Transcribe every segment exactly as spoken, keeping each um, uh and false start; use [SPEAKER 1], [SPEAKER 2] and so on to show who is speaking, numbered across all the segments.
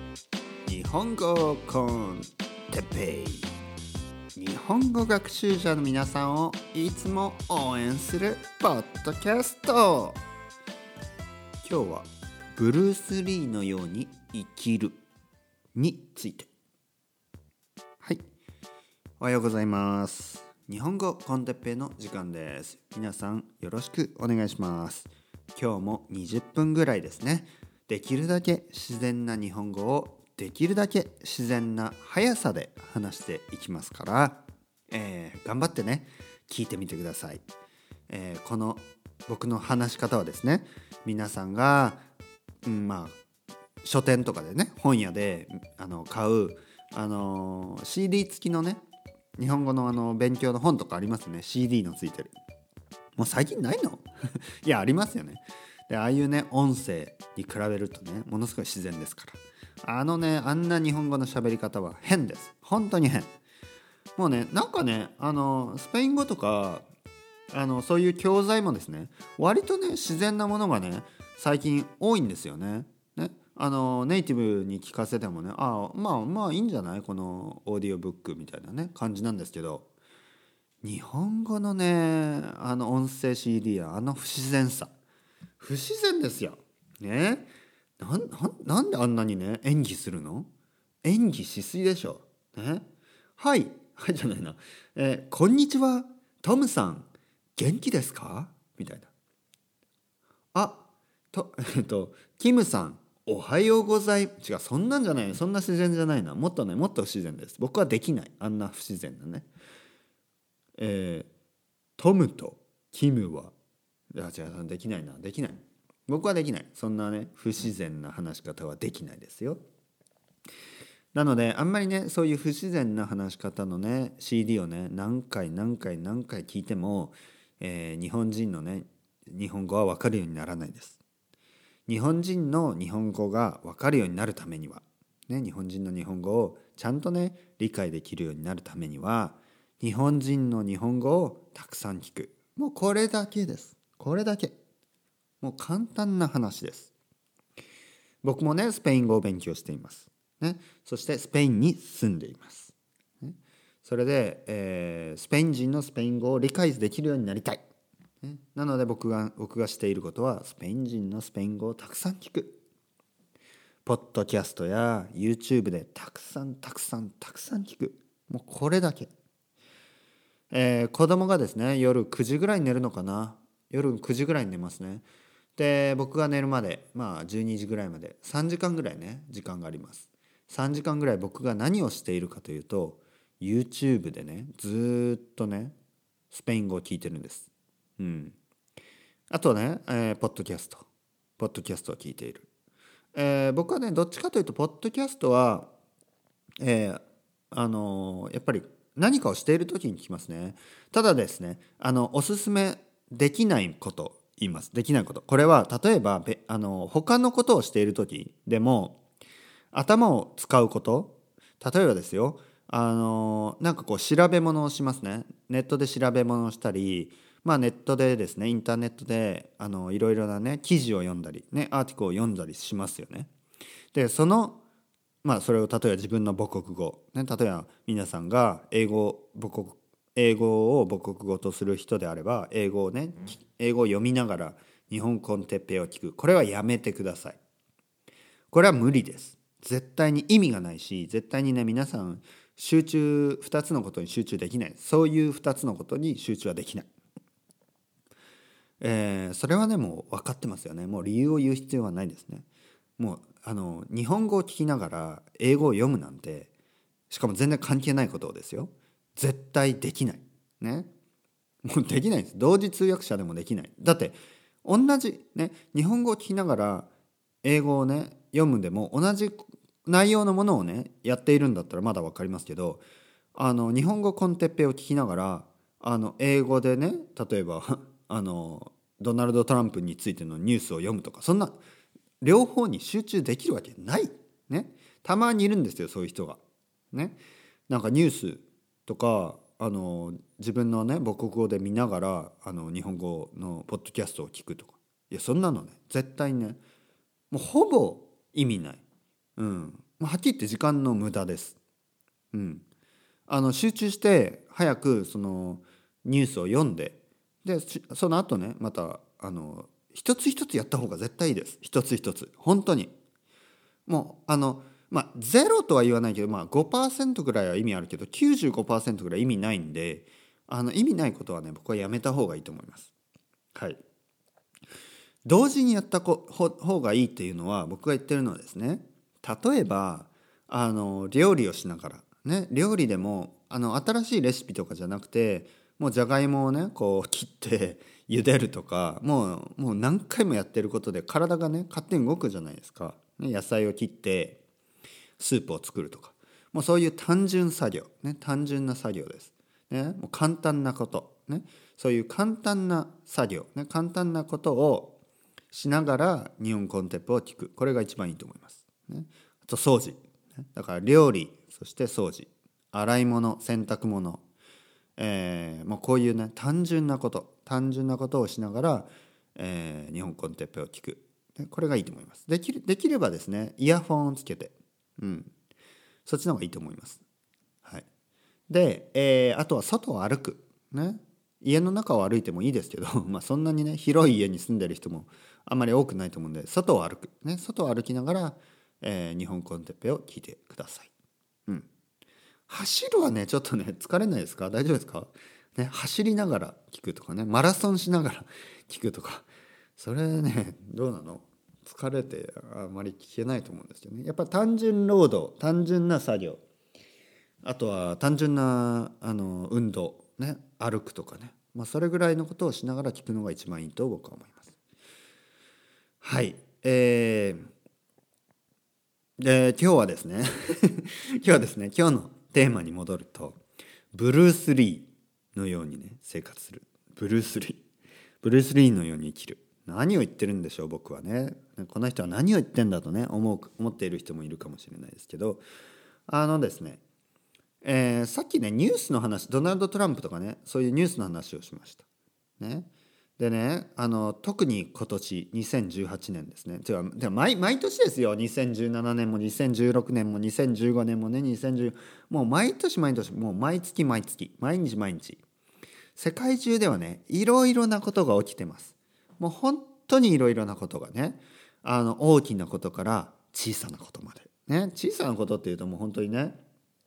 [SPEAKER 1] 日本語コンテッペイ、日本語学習者の皆さんをいつも応援するポッドキャスト。今日はブルース・リーのように生きるについて。はい、おはようございます。日本語コンテッペイの時間です。皆さんよろしくお願いします。今日もにじゅっぷんぐらいですね。できるだけ自然な日本語をできるだけ自然な速さで話していきますから、えー、頑張ってね聞いてみてください。えー、この僕の話し方はですね、皆さんが、うん、まあ書店とかでね、本屋であの買う、あのー、シーディー 付きのね日本語のあの勉強の本とかありますね。 シーディー のついてる。もう最近ないのいやありますよね。でああいうね音声に比べるとねものすごい自然ですから、あのねあんな日本語の喋り方は変です。本当に変。もうねなんかねあのスペイン語とかあのそういう教材もですね割とね自然なものがね最近多いんですよね。ねあのネイティブに聞かせてもね、ああまあまあいいんじゃないこのオーディオブックみたいなね感じなんですけど、日本語のねあの音声 シーディー やあの不自然さ、不自然ですよ。ね、なん、なんなんであんなにね演技するの？演技しすぎでしょ。ね、はいはいじゃないな。えーこんにちはトムさん元気ですかみたいな。あとえっとキムさんおはようござい違う、そんなんじゃない。そんな自然じゃないな。もっとねもっと不自然です。僕はできない、あんな不自然なね。えートムとキムはいや違う、できないな。できない。僕はできない。そんなね不自然な話し方はできないですよ。なのであんまりねそういう不自然な話し方のね シーディー をね何回何回何回聞いても、えー日本人のね日本語は分かるようにならないです。日本人の日本語が分かるようになるためには、ね、日本人の日本語をちゃんとね理解できるようになるためには、日本人の日本語をたくさん聞く。もうこれだけです。これだけ。もう簡単な話です。僕もねスペイン語を勉強しています、ね、そしてスペインに住んでいます、ね、それで、えースペイン人のスペイン語を理解できるようになりたい、ね、なので僕が僕がしていることはスペイン人のスペイン語をたくさん聞く。ポッドキャストや YouTube でたくさんたくさんたくさん聞く。もうこれだけ。えー子供がですね夜くじぐらいに寝るのかな。夜くじぐらいに寝ますね。で僕が寝るまでまあじゅうにじぐらいまでさんじかんぐらいね時間があります。さんじかんぐらい僕が何をしているかというと YouTube でねずーっとねスペイン語を聞いてるんです。うん。あとね、えーポッドキャストポッドキャストを聞いている。えー僕はねどっちかというとポッドキャストは、えーあのーやっぱり何かをしている時に聞きますね。ただですねあのおすすめできないこと言います。できないこと、これは例えばべあの他のことをしている時でも頭を使うこと。例えばですよ、あのなんかこう調べ物をしますね。ネットで調べ物をしたり、まあネットでですねインターネットであのいろいろなね記事を読んだりねアーティクルを読んだりしますよね。でそのまあそれを例えば自分の母国語、ね、例えば皆さんが英語母国英語を母国語とする人であれば英語をね英語を読みながら日本コンテッペイを聞く。これはやめてください。これは無理です。絶対に意味がないし、絶対にね皆さん集中ふたつのことに集中できない。そういうふたつのことに集中はできない。えーそれはねもう分かってますよね。もう理由を言う必要はないですね。もうあの日本語を聞きながら英語を読むなんて、しかも全然関係ないことをですよ、絶対できないね。もうできないんです。同時通訳者でもできない。だって同じね日本語を聞きながら英語をね読むでも同じ内容のものをねやっているんだったらまだ分かりますけど、あの日本語コンテッペイを聞きながらあの英語でね例えばあのドナルド・トランプについてのニュースを読むとか、そんな両方に集中できるわけないね。たまにいるんですよそういう人がね。なんかニュースとかあの自分のね母国語で見ながらあの日本語のポッドキャストを聞くとか、いやそんなのね絶対ねもうほぼ意味ない。うん。 はっきり言って時間の無駄です。うん、あの集中して早くそのニュースを読んで、でその後ねまたあの一つ一つやった方が絶対いいです。一つ一つ本当にもうあのまあゼロとは言わないけど、まあ、ごパーセントぐらいは意味あるけどきゅうじゅうごパーセントぐらい意味ないんで、あの意味ないことはね僕はやめた方がいいと思います。はい。同時にやった方がいいっていうのは僕が言ってるのはですね、例えばあの料理をしながらね、料理でもあの新しいレシピとかじゃなくて、もうじゃがいもをねこう切って茹でるとか、もうもう何回もやってることで体がね勝手に動くじゃないですか、ね、野菜を切ってスープを作るとか、もうそういう単純作業ね、単純な作業です、ね、もう簡単なことね、そういう簡単な作業ね、簡単なことをしながら日本コンテッペを聞く、これが一番いいと思います、ね、あと掃除、だから料理、そして掃除、洗い物、洗濯物、えー、もうこういうね単純なこと単純なことをしながら、えー、日本コンテッペを聞く、これがいいと思います。できる、できればですねイヤフォンをつけて、うん、そっちの方がいいと思います。はい。で、えー、あとは外を歩くね、家の中を歩いてもいいですけどまあそんなにね広い家に住んでる人もあんまり多くないと思うんで、外を歩くね、外を歩きながら、えー、日本コンテッペを聞いてください。うん。走るはねちょっとね疲れないですか？大丈夫ですか？ね、走りながら聞くとかね、マラソンしながら聞くとか、それねどうなの？疲れてあまり聞けないと思うんですよね。やっぱり単純労働、単純な作業、あとは単純なあの運動ね、歩くとかね、まあ、それぐらいのことをしながら聞くのが一番いいと僕は思います。はい、えー、で今日はですね今日はですね今日のテーマに戻ると、ブルース・リーのようにね生活する、ブルース・リーブルース・リーのように生きる、何を言ってるんでしょう僕はね、この人は何を言ってんだとね思う思っている人もいるかもしれないですけど、あのですねえー、さっきねニュースの話、ドナルド・トランプとかねそういうニュースの話をしました、ね、でねあの特に今年にせんじゅうはちねんですね、てかでは 毎, 毎年ですよ、にせんじゅうななねんもにせんじゅうろくねんもにせんじゅうごねんもねにせんじゅう、もう毎年毎年、もう毎月毎月毎日毎日世界中ではねいろいろなことが起きてます。もう本当にいろいろなことがね、あの大きなことから小さなことまでね、小さなことっていうともう本当にね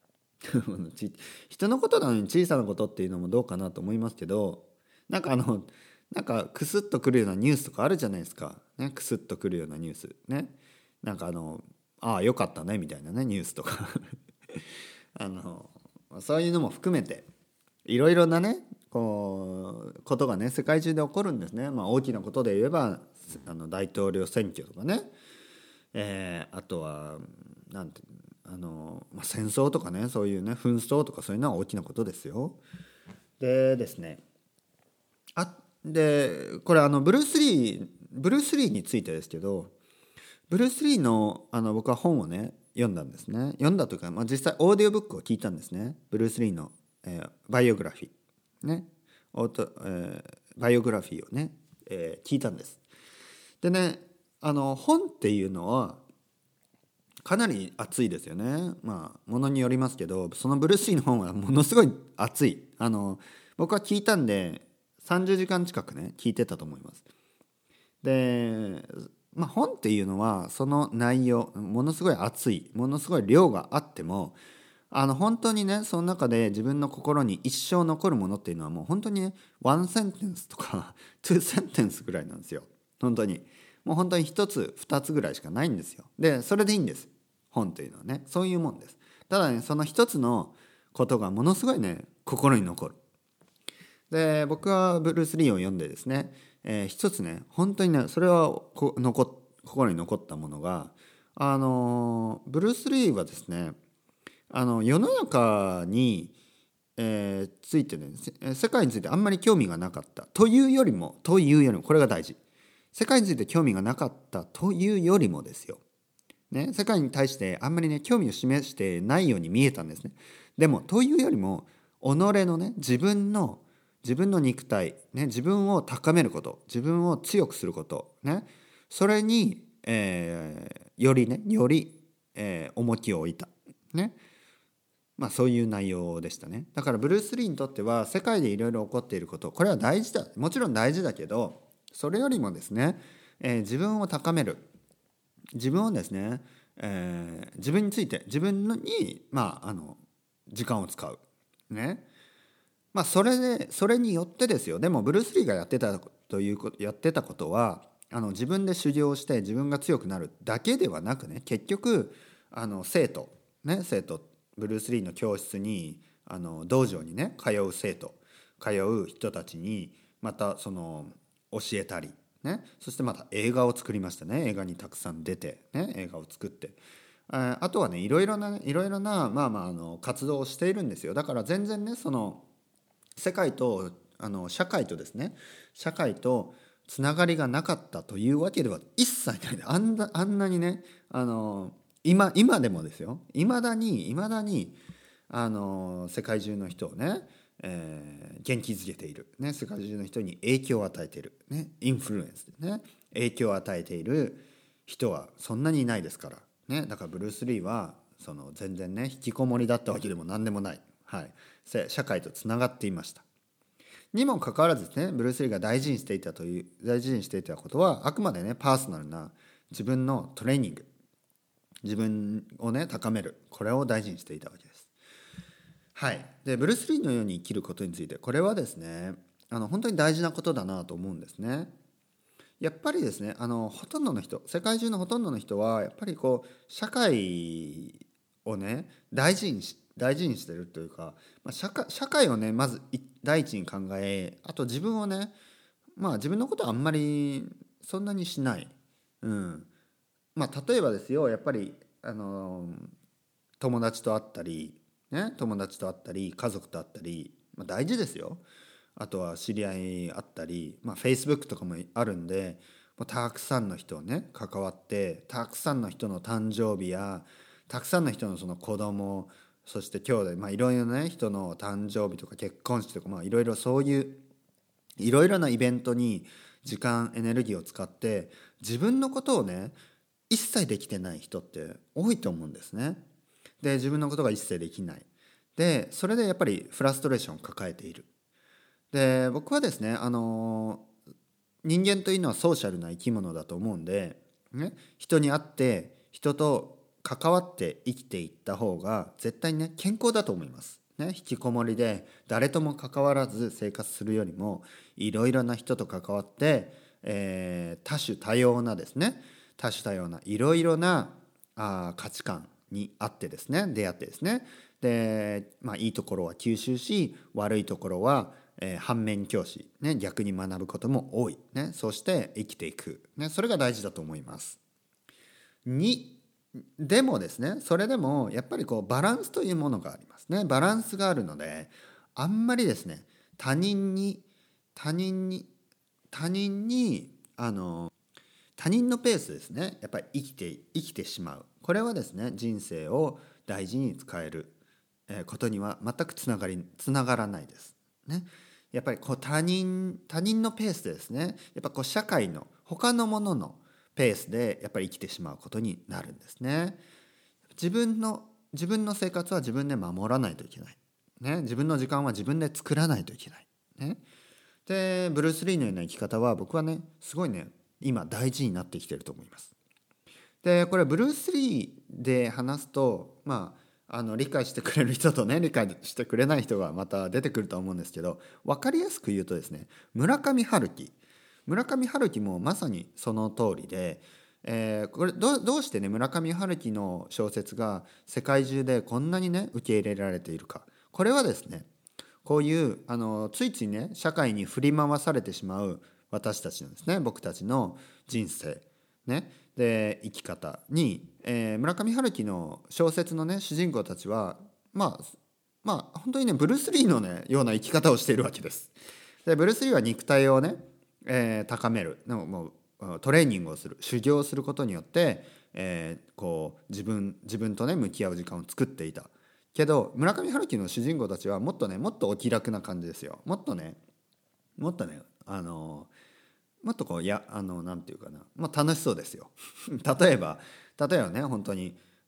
[SPEAKER 1] 人のことなのに小さなことっていうのもどうかなと思いますけど、なんかあのなんかクスッとくるようなニュースとかあるじゃないですか、ね、クスッとくるようなニュースね、なんかあのああよかったねみたいなねニュースとかあのそういうのも含めていろいろなねこうことがね世界中で起こるんですね。まあ、大きなことで言えばあの大統領選挙とかね、えー、あとはなんてあの、まあ、戦争とかね、そういうね紛争とかそういうのは大きなことですよ。でですねあでこれあのブルース・リーブルース・リーについてですけど、ブルース・リーの、あの僕は本をね読んだんですね。読んだというか、まあ、実際オーディオブックを聞いたんですね。ブルース・リーの、えー、バイオグラフィーねオート、えー、バイオグラフィーをね、えー、聞いたんです。でねあの本っていうのはかなり熱いですよね。まあものによりますけど、そのブルース・リーの本はものすごい熱い。あの僕は聞いたんでさんじゅうじかん近くね聞いてたと思います。で、まあ、本っていうのはその内容ものすごい熱い、ものすごい量があっても、あの本当にねその中で自分の心に一生残るものっていうのはもう本当にねワンセンテンスとかツーセンテンスぐらいなんですよ。本当にもう本当に一つ二つぐらいしかないんですよ。でそれでいいんです、本というのはね、そういうもんです。ただねその一つのことがものすごいね心に残る。で僕はブルース・リーを読んでですね、えー、一つね本当にねそれはこ残心に残ったものが、あのブルース・リーはですねあの世の中に、えー、ついてね世界についてあんまり興味がなかったというよりもというよりもこれが大事、世界について興味がなかったというよりもですよ、ね、世界に対してあんまりね興味を示してないように見えたんですね。でもというよりも己のね自分の自分の肉体、ね、自分を高めること、自分を強くすること、ね、それに、えー、よりねより、えー、重きを置いたね。まあそういう内容でしたね。だからブルース・リーにとっては世界でいろいろ起こっていること、これは大事だ、もちろん大事だけど、それよりもですね、えー、自分を高める、自分をですね、えー、自分について自分に、まあ、あの時間を使うね。まあそれでそれによってですよ。でもブルース・リーがやってたということやってたことは、あの自分で修行して自分が強くなるだけではなくね、結局あの生徒ね生徒ブルース・リーの教室に、あの道場にね通う生徒、通う人たちにまたその教えたりね、そしてまた映画を作りましたね。映画にたくさん出てね、映画を作って、ああとはね、いろいろな、いろいろな、まあまあ、あの活動をしているんですよ。だから全然ね、その世界とあの社会とですね、社会とつながりがなかったというわけでは一切ない。あんな、あんなにね、あの今今でもですよ、いまだにいまだにあの世界中の人をね、えー元気づけている、ね、世界中の人に影響を与えている、ね、インフルエンスでね影響を与えている人はそんなにいないですから、ね、だからブルース・リーはその全然ね引きこもりだったわけでも何でもない、はい、社会とつながっていました。にもかかわらずですね、ブルース・リーが大事にしていたという大事にしていたことはあくまでねパーソナルな自分のトレーニング、自分をね高める、これを大事にしていたわけです。はい、でブルース・リーのように生きることについて、これはですね、あの本当に大事なことだなと思うんですね。やっぱりですね、あのほとんどの人、世界中のほとんどの人はやっぱりこう社会をね大事にし大事にしてるというか、まあ、社会、社会をねまず第一に考え、あと自分をね、まあ自分のことはあんまりそんなにしない、うん、まあ例えばですよ、やっぱりあの友達と会ったり、ね、友達と会ったり家族と会ったり、まあ、大事ですよ。あとは知り合いあったり、まあ、Facebook とかもあるんで、もうたくさんの人をね関わって、たくさんの人の誕生日やたくさんの人のその子供、そして兄弟、まあいろいろな、ね、人の誕生日とか結婚式とか、まあいろいろそういういろいろなイベントに時間エネルギーを使って自分のことをね一切できてない人って多いと思うんですね。で自分のことが一切できない、でそれでやっぱりフラストレーションを抱えている。で僕はですね、あの人間というのはソーシャルな生き物だと思うんで、ね、人に会って人と関わって生きていった方が絶対にね健康だと思います。ね、引きこもりで誰とも関わらず生活するよりも、いろいろな人と関わって、えー多種多様なですね多種多様ないろいろなあ価値観にあってですね、出会ってですね、で、まあ、いいところは吸収し、悪いところは、えー反面教師、ね、逆に学ぶことも多い、ね、そして生きていく、ね、それが大事だと思います。にでもですね、それでもやっぱりこうバランスというものがありますね。バランスがあるので、あんまりですね他人に他人に他人にあの他人のペースですね、やっぱり生きて生きてしまう、これはですね人生を大事に使えるえーことには全くつながりつながらないですね。やっぱりこう他人他人のペースでですね、やっぱこう社会の他のもののペースでやっぱり生きてしまうことになるんですね。自分の自分の生活は自分で守らないといけない、ね、自分の時間は自分で作らないといけない、ね、でブルース・リーのような生き方は僕はねすごいね今大事になってきてると思います。でこれブルース・リーで話すと、まあ、あの理解してくれる人とね理解してくれない人がまた出てくると思うんですけど、分かりやすく言うとですね、村上春樹村上春樹もまさにその通りで、えーこれどどうしてね村上春樹の小説が世界中でこんなにね受け入れられているか。これはですね、こういうあのついついね社会に振り回されてしまう私たちのですね、僕たちの人生ねで生き方に、えー村上春樹の小説のね主人公たちはまあまあ本当にねブルース・リーのねような生き方をしているわけです。でブルース・リーは肉体をね、えー高めるのもうトレーニングをする、修行をすることによって、えーこう自分自分とね向き合う時間を作っていた。けど村上春樹の主人公たちはもっとねもっとお気楽な感じですよ。もっとねもっとねあのもっとこういやあのなんていうかな、まあ、楽しそうですよ。例えば例えばね本当に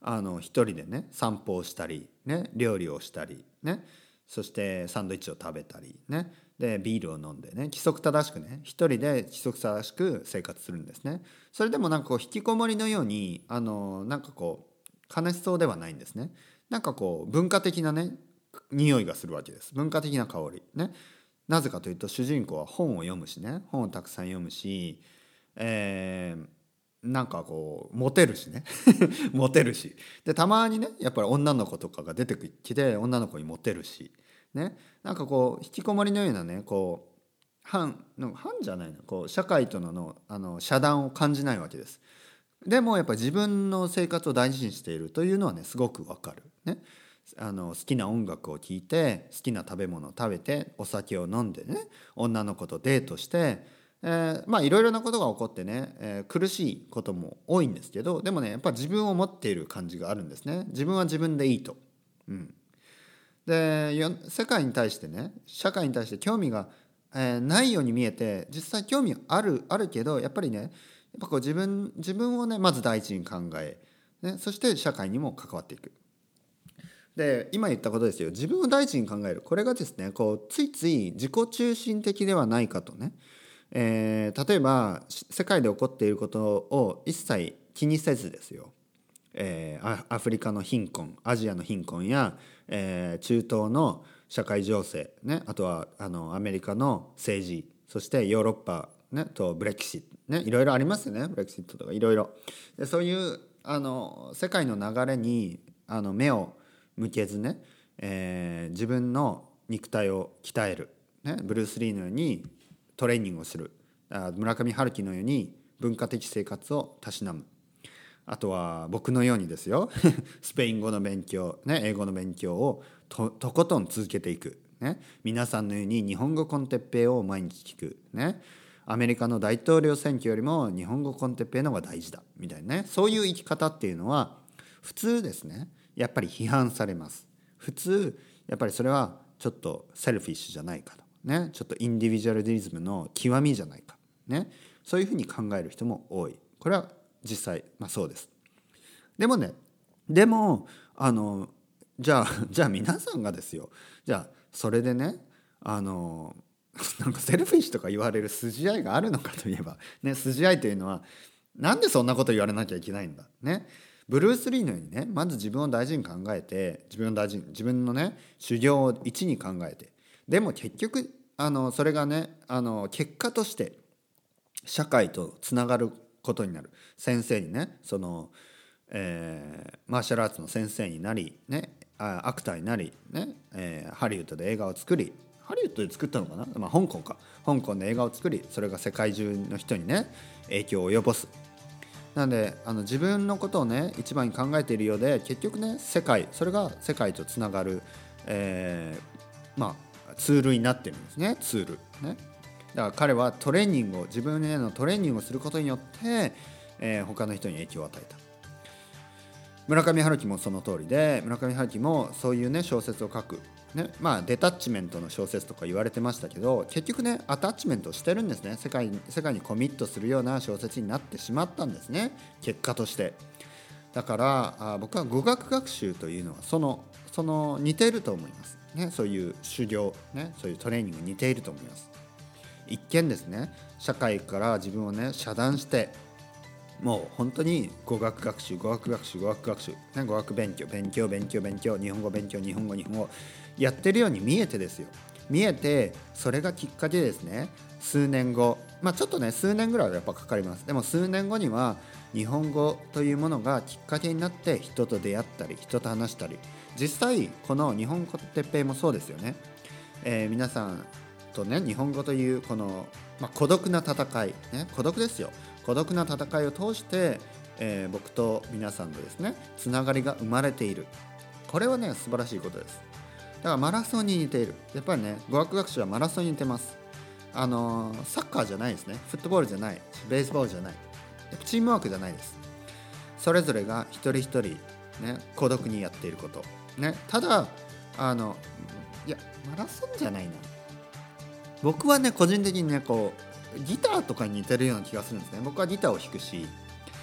[SPEAKER 1] あの一人でね散歩をしたり、ね、料理をしたり、ね、そしてサンドイッチを食べたり、ね、でビールを飲んでね規則正しくね一人で規則正しく生活するんですね。それでもなんかこう引きこもりのようにあのなんかこう悲しそうではないんですね。なんかこう文化的なね匂いがするわけです。文化的な香りね。なぜかというと主人公は本を読むしね本をたくさん読むし、えーなんかこうモテるしねモテるしでたまにねやっぱり女の子とかが出てきて女の子にモテるしね、なんかこう引きこもりのようなねこう反の反じゃないのこう社会とののあの遮断を感じないわけです。でもやっぱり自分の生活を大事にしているというのはねすごくわかるね。あの好きな音楽を聴いて好きな食べ物を食べてお酒を飲んでね女の子とデートして、えー、まあいろいろなことが起こってね、えー、苦しいことも多いんですけどでもねやっぱ自分を持っている感じがあるんですね。自分は自分でいいと。うん、で世界に対してね社会に対して興味が、えー、ないように見えて実際興味あるあるけどやっぱりねやっぱこう自分自分をねまず第一に考え、ね、そして社会にも関わっていく。で今言ったことですよ自分を第一に考えるこれがですねこうついつい自己中心的ではないかとね、えー、例えば世界で起こっていることを一切気にせずですよ、えー、アフリカの貧困アジアの貧困や、えー、中東の社会情勢、ね、あとはあのアメリカの政治そしてヨーロッパ、ね、とブレキシット、ね、いろいろありますよねブレキシットとかいろいろでそういうあの世界の流れにあの目を向けずね、えー、自分の肉体を鍛える、ね、ブルース・リーのようにトレーニングをするあ村上春樹のように文化的生活をたしなむあとは僕のようにですよスペイン語の勉強、ね、英語の勉強を と, とことん続けていく、ね、皆さんのように日本語コンテッペイを毎日聞く、ね、アメリカの大統領選挙よりも日本語コンテッペイの方が大事だみたいなねそういう生き方っていうのは普通ですねやっぱり批判されます。普通やっぱりそれはちょっとセルフィッシュじゃないかと、ね、ちょっとインディビジュアルリズムの極みじゃないか、ね、そういうふうに考える人も多い。これは実際、まあ、そうです。でもねでもあのじゃあじゃあ皆さんがですよじゃあそれでねあのなんかセルフィッシュとか言われる筋合いがあるのかといえば、ね、筋合いというのはなんでそんなこと言われなきゃいけないんだね。ブルース・リーのようにねまず自分を大事に考えて自分を大事に自分のね修行を一に考えてでも結局あのそれがねあの結果として社会とつながることになる先生にねその、えー、マーシャルアーツの先生になり、ね、アクターになり、ねえー、ハリウッドで映画を作りハリウッドで作ったのかな、まあ、香港か香港で映画を作りそれが世界中の人にね影響を及ぼす。なのであの自分のことをね一番に考えているようで結局ね世界それが世界とつながる、えー、まあツールになってるんですねツールね。だから彼はトレーニングを自分へのトレーニングをすることによって、えー、他の人に影響を与えた。村上春樹もその通りで村上春樹もそういうね小説を書く、ね、まあデタッチメントの小説とか言われてましたけど結局ねアタッチメントをしてるんですね。世界世界にコミットするような小説になってしまったんですね結果として。だからあ僕は語学学習というのはそのその似ていると思います、ね、そういう修行、ね、そういうトレーニング似ていると思います。一見ですね社会から自分をね遮断してもう本当に語学学習語学学習語学学習、ね、語学勉強勉強勉強勉強日本語勉強日本語日本語やってるように見えてですよ見えてそれがきっかけでですね数年後まあちょっとね数年ぐらいはやっぱかかります。でも数年後には日本語というものがきっかけになって人と出会ったり人と話したり実際この日本語てっぺいもそうですよね、えー、皆さんとね日本語というこの、まあ、孤独な戦い、ね、孤独ですよ孤独な戦いを通して、えー、僕と皆さんのですねつながりが生まれている。これはね素晴らしいことです。だからマラソンに似ている。やっぱりね語学学習はマラソンに似てます。あのー、サッカーじゃないですねフットボールじゃないベースボールじゃないチームワークじゃないです。それぞれが一人一人、ね、孤独にやっていること、ね、ただあのいやマラソンじゃないな僕はね個人的にねこうギターとかに似てるような気がするんですね。僕はギターを弾くし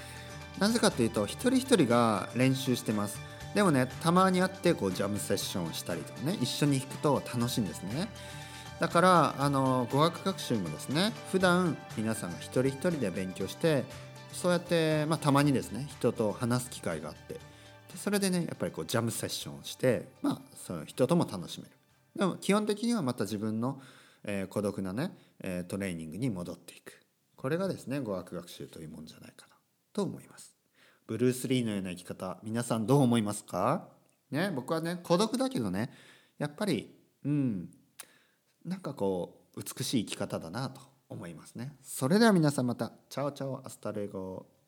[SPEAKER 1] なぜかというと一人一人が練習してます。でもね、たまに会ってこうジャムセッションをしたりとかね、一緒に弾くと楽しいんですね。だからあの語学学習もですね、普段皆さんが一人一人で勉強して、そうやって、まあ、たまにですね人と話す機会があって、でそれでねやっぱりこうジャムセッションをして、まあ、その人とも楽しめる。でも基本的にはまた自分の、えー孤独なね、えートレーニングに戻っていく。これがですね語学学習というもんじゃないかなと思います。ブルース・リーのような生き方、皆さんどう思いますか？ね、僕はね孤独だけどね、やっぱりうんなんかこう美しい生き方だなと思いますね。それでは皆さんまたチャオチャオアスタレゴ。